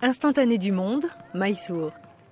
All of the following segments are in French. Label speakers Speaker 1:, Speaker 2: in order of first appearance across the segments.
Speaker 1: Instantané du monde, Mysore.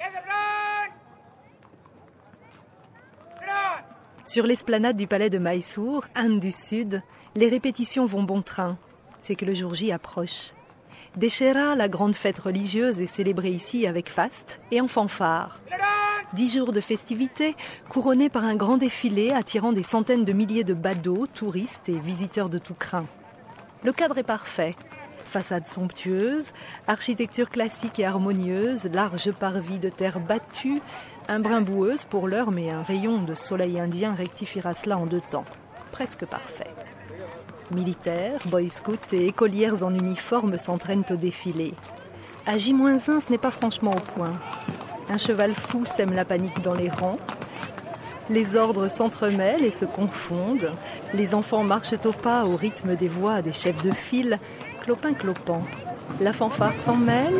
Speaker 1: Sur l'esplanade du palais de Mysore, Inde du Sud, les répétitions vont bon train. C'est que le jour J approche. Deshera, la grande fête religieuse, est célébrée ici avec faste et en fanfare. 10 jours de festivités, couronnés par un grand défilé attirant des centaines de milliers de badauds, touristes et visiteurs de tout crin. Le cadre est parfait. Façade somptueuse, architecture classique et harmonieuse, large parvis de terre battue, un brin boueuse pour l'heure, mais un rayon de soleil indien rectifiera cela en 2 temps. Presque parfait. Militaires, boy scouts et écolières en uniforme s'entraînent au défilé. À J-1, ce n'est pas franchement au point. Un cheval fou sème la panique dans les rangs. Les ordres s'entremêlent et se confondent. Les enfants marchent au pas au rythme des voix des chefs de file, clopin-clopant. La fanfare s'en mêle.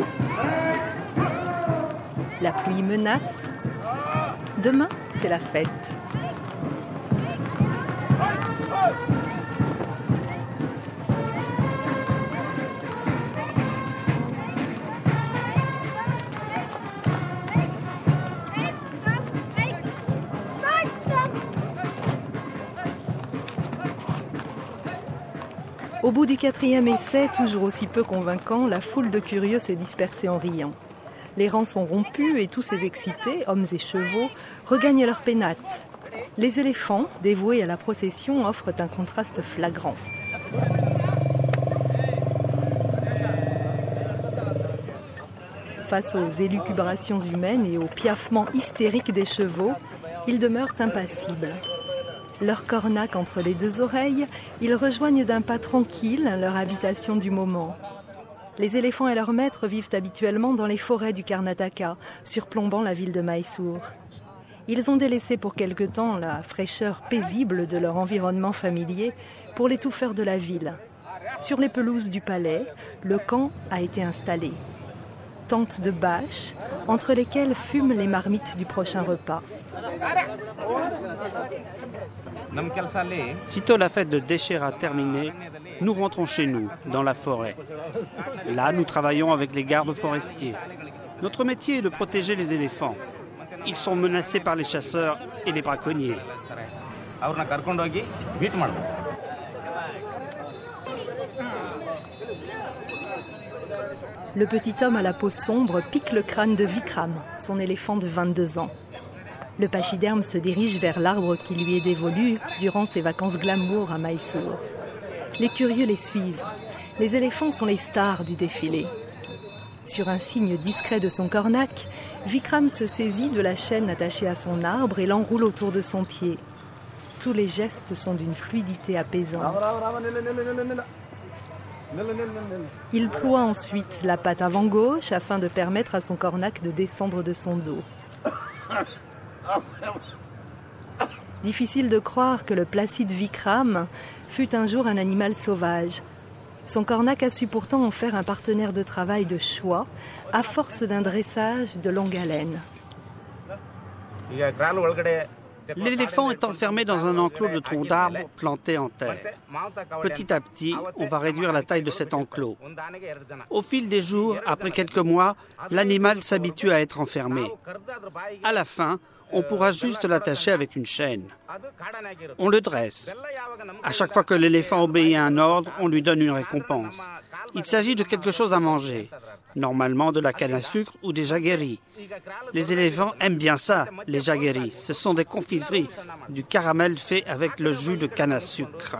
Speaker 1: La pluie menace. Demain, c'est la fête. Au bout du 4e essai, toujours aussi peu convaincant, la foule de curieux s'est dispersée en riant. Les rangs sont rompus et tous ces excités, hommes et chevaux, regagnent leurs pénates. Les éléphants, dévoués à la procession, offrent un contraste flagrant. Face aux élucubrations humaines et au piaffement hystérique des chevaux, ils demeurent impassibles. Leur cornac entre les 2 oreilles, ils rejoignent d'un pas tranquille leur habitation du moment. Les éléphants et leurs maîtres vivent habituellement dans les forêts du Karnataka, surplombant la ville de Mysore. Ils ont délaissé pour quelque temps la fraîcheur paisible de leur environnement familier pour les touffeurs de la ville. Sur les pelouses du palais, le camp a été installé. Tentes de bâches, entre lesquelles fument les marmites du prochain repas.
Speaker 2: Sitôt la fête de Deshera terminée, nous rentrons chez nous, dans la forêt. Là, nous travaillons avec les gardes forestiers. Notre métier est de protéger les éléphants. Ils sont menacés par les chasseurs et les braconniers.
Speaker 1: Le petit homme à la peau sombre pique le crâne de Vikram, son éléphant de 22 ans. Le pachyderme se dirige vers l'arbre qui lui est dévolu durant ses vacances glamour à Mysore. Les curieux les suivent. Les éléphants sont les stars du défilé. Sur un signe discret de son cornac, Vikram se saisit de la chaîne attachée à son arbre et l'enroule autour de son pied. Tous les gestes sont d'une fluidité apaisante. Il ploie ensuite la patte avant gauche afin de permettre à son cornac de descendre de son dos. Difficile de croire que le placide Vikram fut un jour un animal sauvage. Son cornac a su pourtant en faire un partenaire de travail de choix, à force d'un dressage de longue haleine.
Speaker 2: L'éléphant est enfermé dans un enclos de troncs d'arbres plantés en terre. Petit à petit, on va réduire la taille de cet enclos. Au fil des jours, après quelques mois, l'animal s'habitue à être enfermé. À la fin, on pourra juste l'attacher avec une chaîne. On le dresse. À chaque fois que l'éléphant obéit à un ordre, on lui donne une récompense. Il s'agit de quelque chose à manger, normalement de la canne à sucre ou des jaggeries. Les éléphants aiment bien ça, les jaggeries. Ce sont des confiseries, du caramel fait avec le jus de canne à sucre.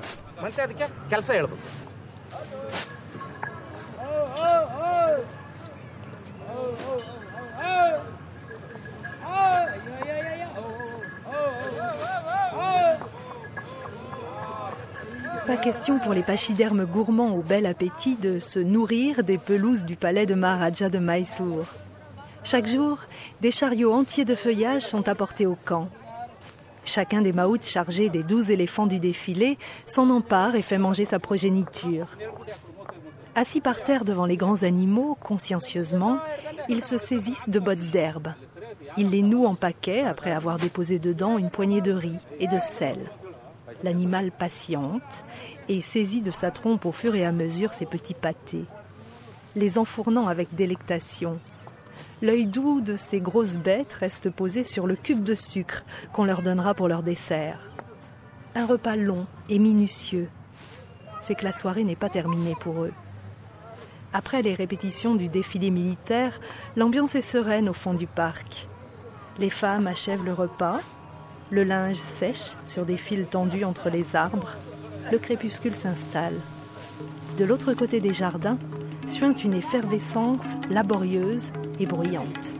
Speaker 1: Pas question pour les pachydermes gourmands au bel appétit de se nourrir des pelouses du palais de Maharaja de Mysore. Chaque jour, des chariots entiers de feuillage sont apportés au camp. Chacun des maouts chargés des 12 éléphants du défilé s'en empare et fait manger sa progéniture. Assis par terre devant les grands animaux, consciencieusement, ils se saisissent de bottes d'herbe. Ils les nouent en paquets après avoir déposé dedans une poignée de riz et de sel. L'animal patiente et saisit de sa trompe au fur et à mesure ses petits pâtés. les enfournant avec délectation. L'œil doux de ces grosses bêtes reste posé sur le cube de sucre qu'on leur donnera pour leur dessert. Un repas long et minutieux. C'est que la soirée n'est pas terminée pour eux. Après les répétitions du défilé militaire, l'ambiance est sereine au fond du parc. Les femmes achèvent le repas, le linge sèche sur des fils tendus entre les arbres, le crépuscule s'installe. De l'autre côté des jardins, suinte une effervescence laborieuse et bruyante.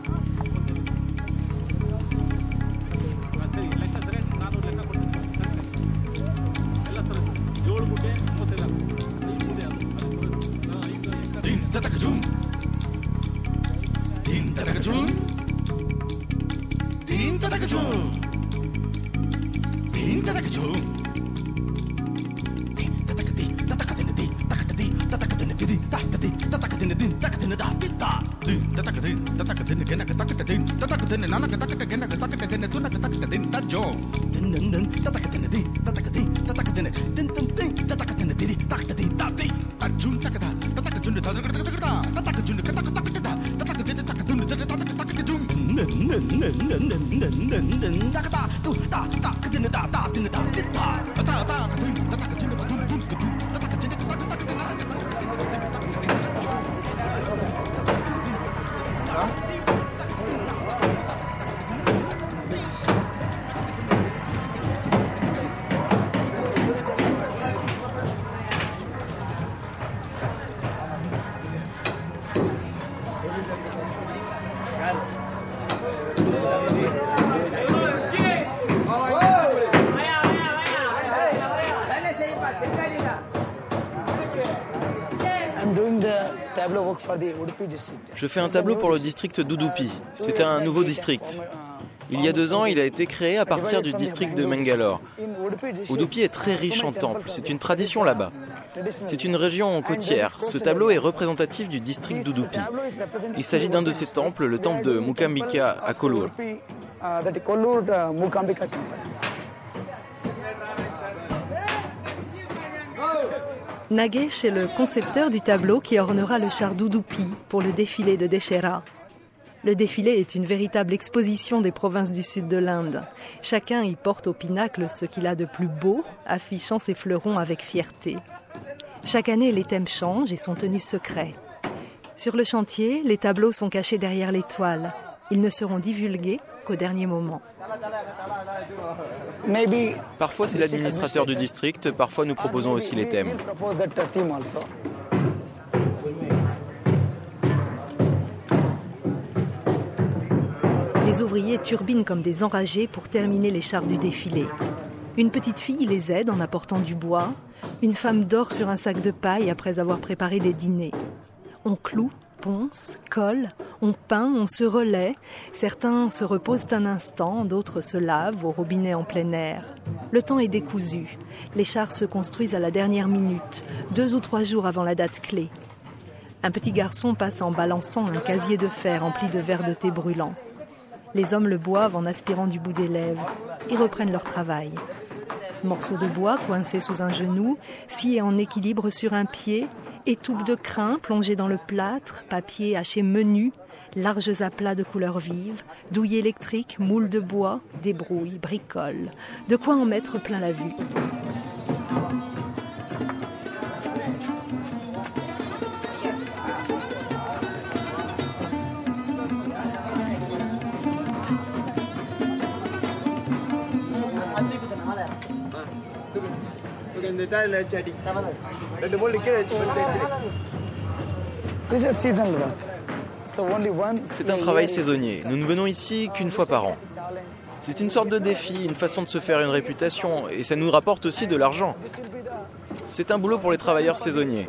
Speaker 3: Je fais un tableau pour le district d'Udupi. C'est un nouveau district. Il y a 2 ans, il a été créé à partir du district de Mangalore. Udupi est très riche en temples. C'est une tradition là-bas. C'est une région côtière. Ce tableau est représentatif du district d'Udupi. Il s'agit d'un de ces temples, le temple de Mukambika à Kollur.
Speaker 1: Nagesh est le concepteur du tableau qui ornera le char d'Udupi pour le défilé de Deshera. Le défilé est une véritable exposition des provinces du sud de l'Inde. Chacun y porte au pinacle ce qu'il a de plus beau, affichant ses fleurons avec fierté. Chaque année, les thèmes changent et sont tenus secrets. Sur le chantier, les tableaux sont cachés derrière les toiles. Ils ne seront divulgués qu'au dernier moment.
Speaker 3: Parfois, c'est l'administrateur du district, parfois nous proposons aussi les thèmes.
Speaker 1: Les ouvriers turbinent comme des enragés pour terminer les chars du défilé. Une petite fille les aide en apportant du bois. Une femme dort sur un sac de paille après avoir préparé des dîners. On cloue, ponce, colle, on peint, on se relaie. Certains se reposent un instant, d'autres se lavent au robinet en plein air. Le temps est décousu. Les chars se construisent à la dernière minute, 2 ou 3 jours avant la date clé. Un petit garçon passe en balançant un casier de fer rempli de verres de thé brûlant. Les hommes le boivent en aspirant du bout des lèvres et reprennent leur travail. Morceaux de bois coincés sous un genou, sciés en équilibre sur un pied, étoupes de crin plongées dans le plâtre, papier haché menu, larges aplats de couleurs vives, douilles électriques, moules de bois, débrouilles, bricoles. De quoi en mettre plein la vue.
Speaker 3: C'est un travail saisonnier. Nous ne venons ici qu'une fois par an. C'est une sorte de défi, une façon de se faire une réputation, et ça nous rapporte aussi de l'argent. C'est un boulot pour les travailleurs saisonniers.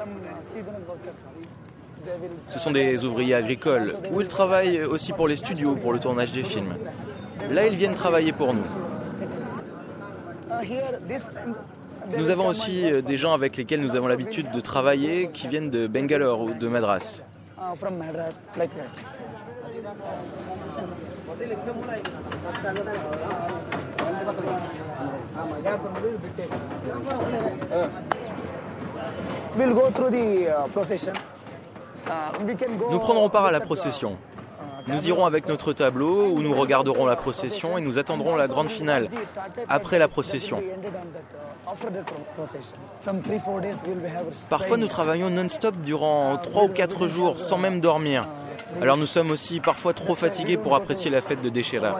Speaker 3: Ce sont des ouvriers agricoles, où ils travaillent aussi pour les studios, pour le tournage des films. Là, ils viennent travailler pour nous. Nous avons aussi des gens avec lesquels nous avons l'habitude de travailler qui viennent de Bangalore ou de Madras. Nous prendrons part à la procession. Nous irons avec notre tableau où nous regarderons la procession et nous attendrons la grande finale, après la procession. Parfois nous travaillons non-stop durant 3 ou 4 jours sans même dormir. Alors nous sommes aussi parfois trop fatigués pour apprécier la fête de Dussehra.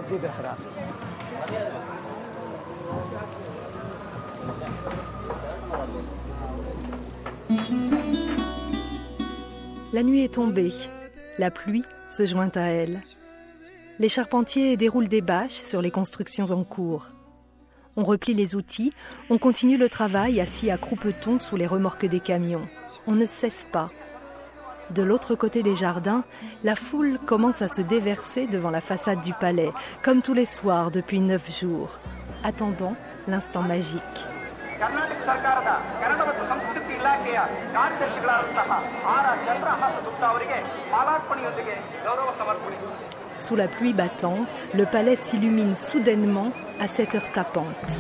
Speaker 1: La nuit est tombée, la pluie se joint à elle. Les charpentiers déroulent des bâches sur les constructions en cours. On replie les outils, on continue le travail assis à croupeton sous les remorques des camions. On ne cesse pas. De l'autre côté des jardins, la foule commence à se déverser devant la façade du palais, comme tous les soirs depuis 9 jours, attendant l'instant magique. Sous la pluie battante, le palais s'illumine soudainement à cette heure tapante.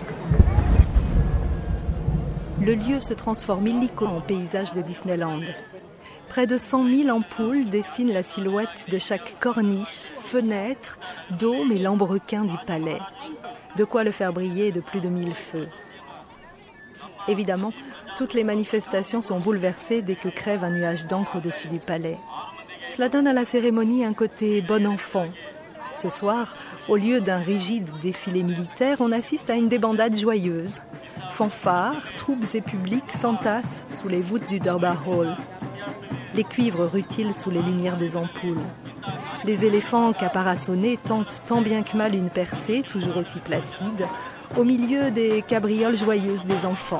Speaker 1: Le lieu se transforme illico en paysage de Disneyland. Près de 100 000 ampoules dessinent la silhouette de chaque corniche, fenêtre, dôme et lambrequin du palais. De quoi le faire briller de plus de 1000 feux. Évidemment, toutes les manifestations sont bouleversées dès que crève un nuage d'encre au-dessus du palais. Cela donne à la cérémonie un côté bon enfant. Ce soir, au lieu d'un rigide défilé militaire, on assiste à une débandade joyeuse. Fanfares, troupes et publics s'entassent sous les voûtes du Durbar Hall. Les cuivres rutilent sous les lumières des ampoules. Les éléphants caparaçonnés tentent tant bien que mal une percée, toujours aussi placide, au milieu des cabrioles joyeuses des enfants.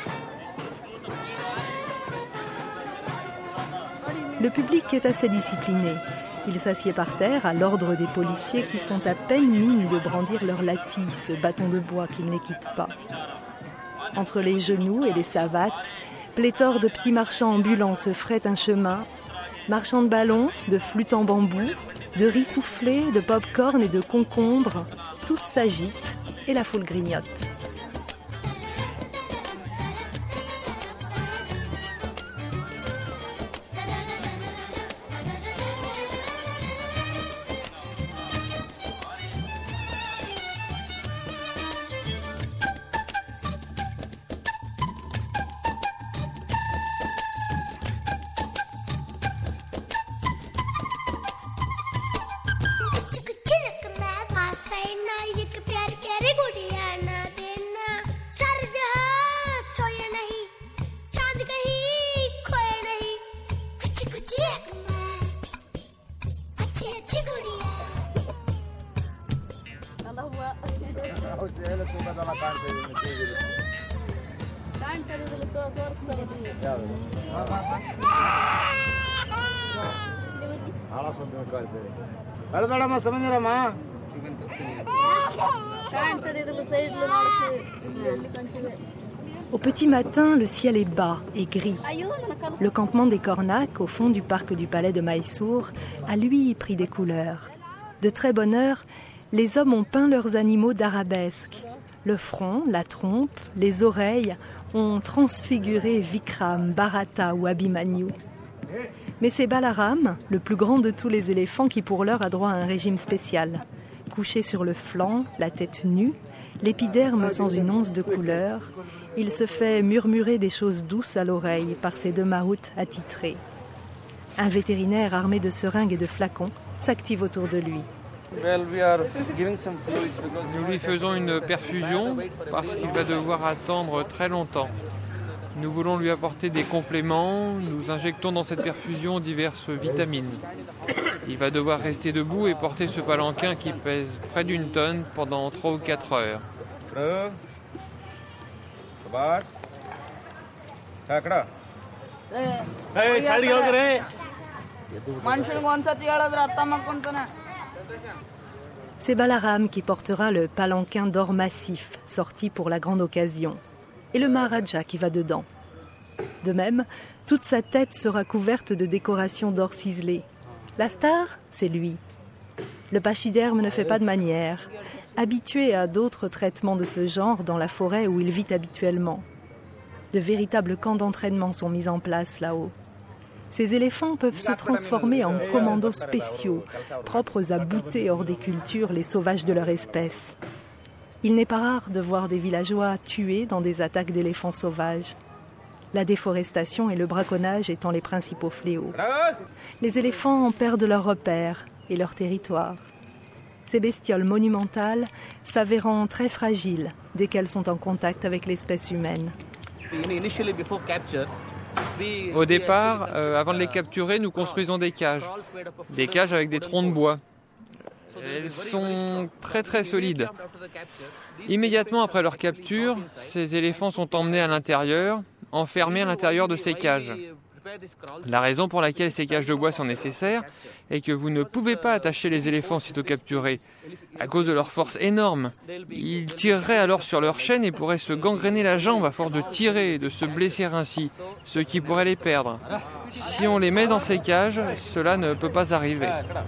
Speaker 1: Le public est assez discipliné. Il s'assied par terre à l'ordre des policiers qui font à peine mine de brandir leur latis, ce bâton de bois qui ne les quitte pas. Entre les genoux et les savates, pléthore de petits marchands ambulants se fraient un chemin, marchands de ballons, de flûtes en bambou, de riz soufflé, de pop-corn et de concombres, tous s'agitent et la foule grignote. Au petit matin, le ciel est bas et gris. Le campement des Cornacs, au fond du parc du palais de Mysore, a lui pris des couleurs. De très bonne heure, les hommes ont peint leurs animaux d'arabesques. Le front, la trompe, les oreilles ont transfiguré Vikram, Bharata ou Abhimanyu. Mais c'est Balaram, le plus grand de tous les éléphants, qui pour l'heure a droit à un régime spécial. Couché sur le flanc, la tête nue, l'épiderme sans une once de couleur, il se fait murmurer des choses douces à l'oreille par ses 2 maouts attitrés. Un vétérinaire armé de seringues et de flacons s'active autour de lui.
Speaker 4: Nous lui faisons une perfusion parce qu'il va devoir attendre très longtemps. Nous voulons lui apporter des compléments. Nous injectons dans cette perfusion diverses vitamines. Il va devoir rester debout et porter ce palanquin qui pèse près d'1 tonne pendant 3 ou 4 heures.
Speaker 1: C'est Balaram qui portera le palanquin d'or massif sorti pour la grande occasion. Et le Maharaja qui va dedans. De même, toute sa tête sera couverte de décorations d'or ciselé. La star, c'est lui. Le pachyderme ne fait pas de manière, habitué à d'autres traitements de ce genre dans la forêt où il vit habituellement. De véritables camps d'entraînement sont mis en place là-haut. Ces éléphants peuvent se transformer en commandos spéciaux, propres à bouter hors des cultures les sauvages de leur espèce. Il n'est pas rare de voir des villageois tués dans des attaques d'éléphants sauvages. La déforestation et le braconnage étant les principaux fléaux. Les éléphants en perdent leurs repères et leur territoire. Ces bestioles monumentales s'avérant très fragiles dès qu'elles sont en contact avec l'espèce humaine.
Speaker 4: Au départ, avant de les capturer, nous construisons des cages avec des troncs de bois. Elles sont très solides. Immédiatement après leur capture, ces éléphants sont emmenés à l'intérieur, enfermés à l'intérieur de ces cages. La raison pour laquelle ces cages de bois sont nécessaires est que vous ne pouvez pas attacher les éléphants sitôt capturés, à cause de leur force énorme. Ils tireraient alors sur leur chaîne et pourraient se gangréner la jambe à force de tirer et de se blesser ainsi, ce qui pourrait les perdre. Si on les met dans ces cages, cela ne peut pas arriver.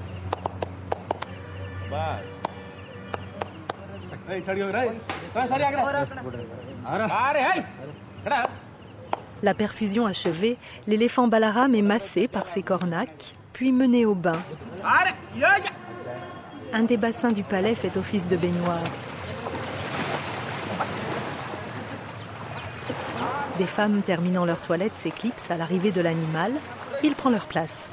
Speaker 1: La perfusion achevée, l'éléphant Balaram est massé par ses cornacs, puis mené au bain. Un des bassins du palais fait office de baignoire. Des femmes terminant leur toilette s'éclipsent à l'arrivée de l'animal. Il prend leur place.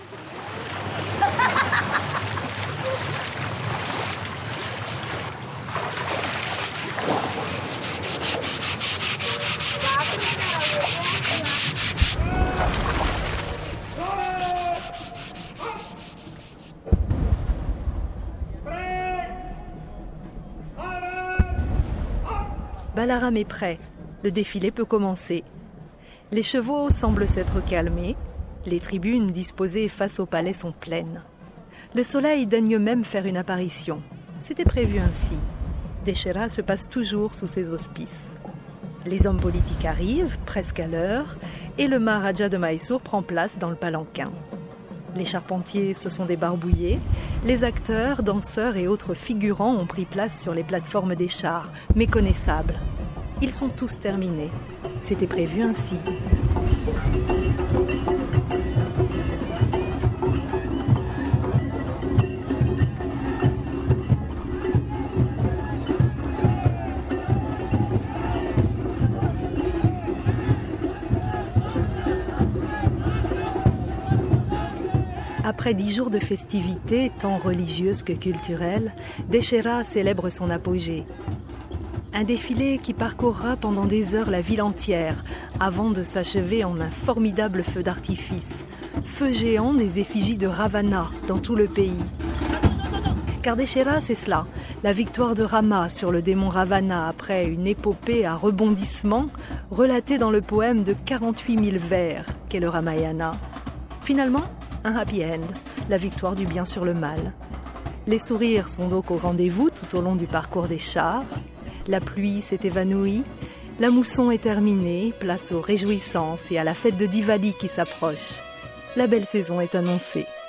Speaker 1: Balaram est prêt. Le défilé peut commencer. Les chevaux semblent s'être calmés. Les tribunes disposées face au palais sont pleines. Le soleil daigne même faire une apparition. C'était prévu ainsi. Deshera se passe toujours sous ses auspices. Les hommes politiques arrivent, presque à l'heure, et le Maharaja de Mysore prend place dans le palanquin. Les charpentiers se sont débarbouillés, les acteurs, danseurs et autres figurants ont pris place sur les plateformes des chars, méconnaissables. Ils sont tous terminés. C'était prévu ainsi. Après 10 jours de festivités, tant religieuses que culturelles, Deshera célèbre son apogée. Un défilé qui parcourra pendant des heures la ville entière, avant de s'achever en un formidable feu d'artifice. Feu géant des effigies de Ravana dans tout le pays. Car Deshera, c'est cela, la victoire de Rama sur le démon Ravana après une épopée à rebondissements relatée dans le poème de 48 000 vers qu'est le Ramayana. Finalement, un happy end, la victoire du bien sur le mal. Les sourires sont donc au rendez-vous tout au long du parcours des chars. La pluie s'est évanouie, la mousson est terminée, place aux réjouissances et à la fête de Diwali qui s'approche. La belle saison est annoncée.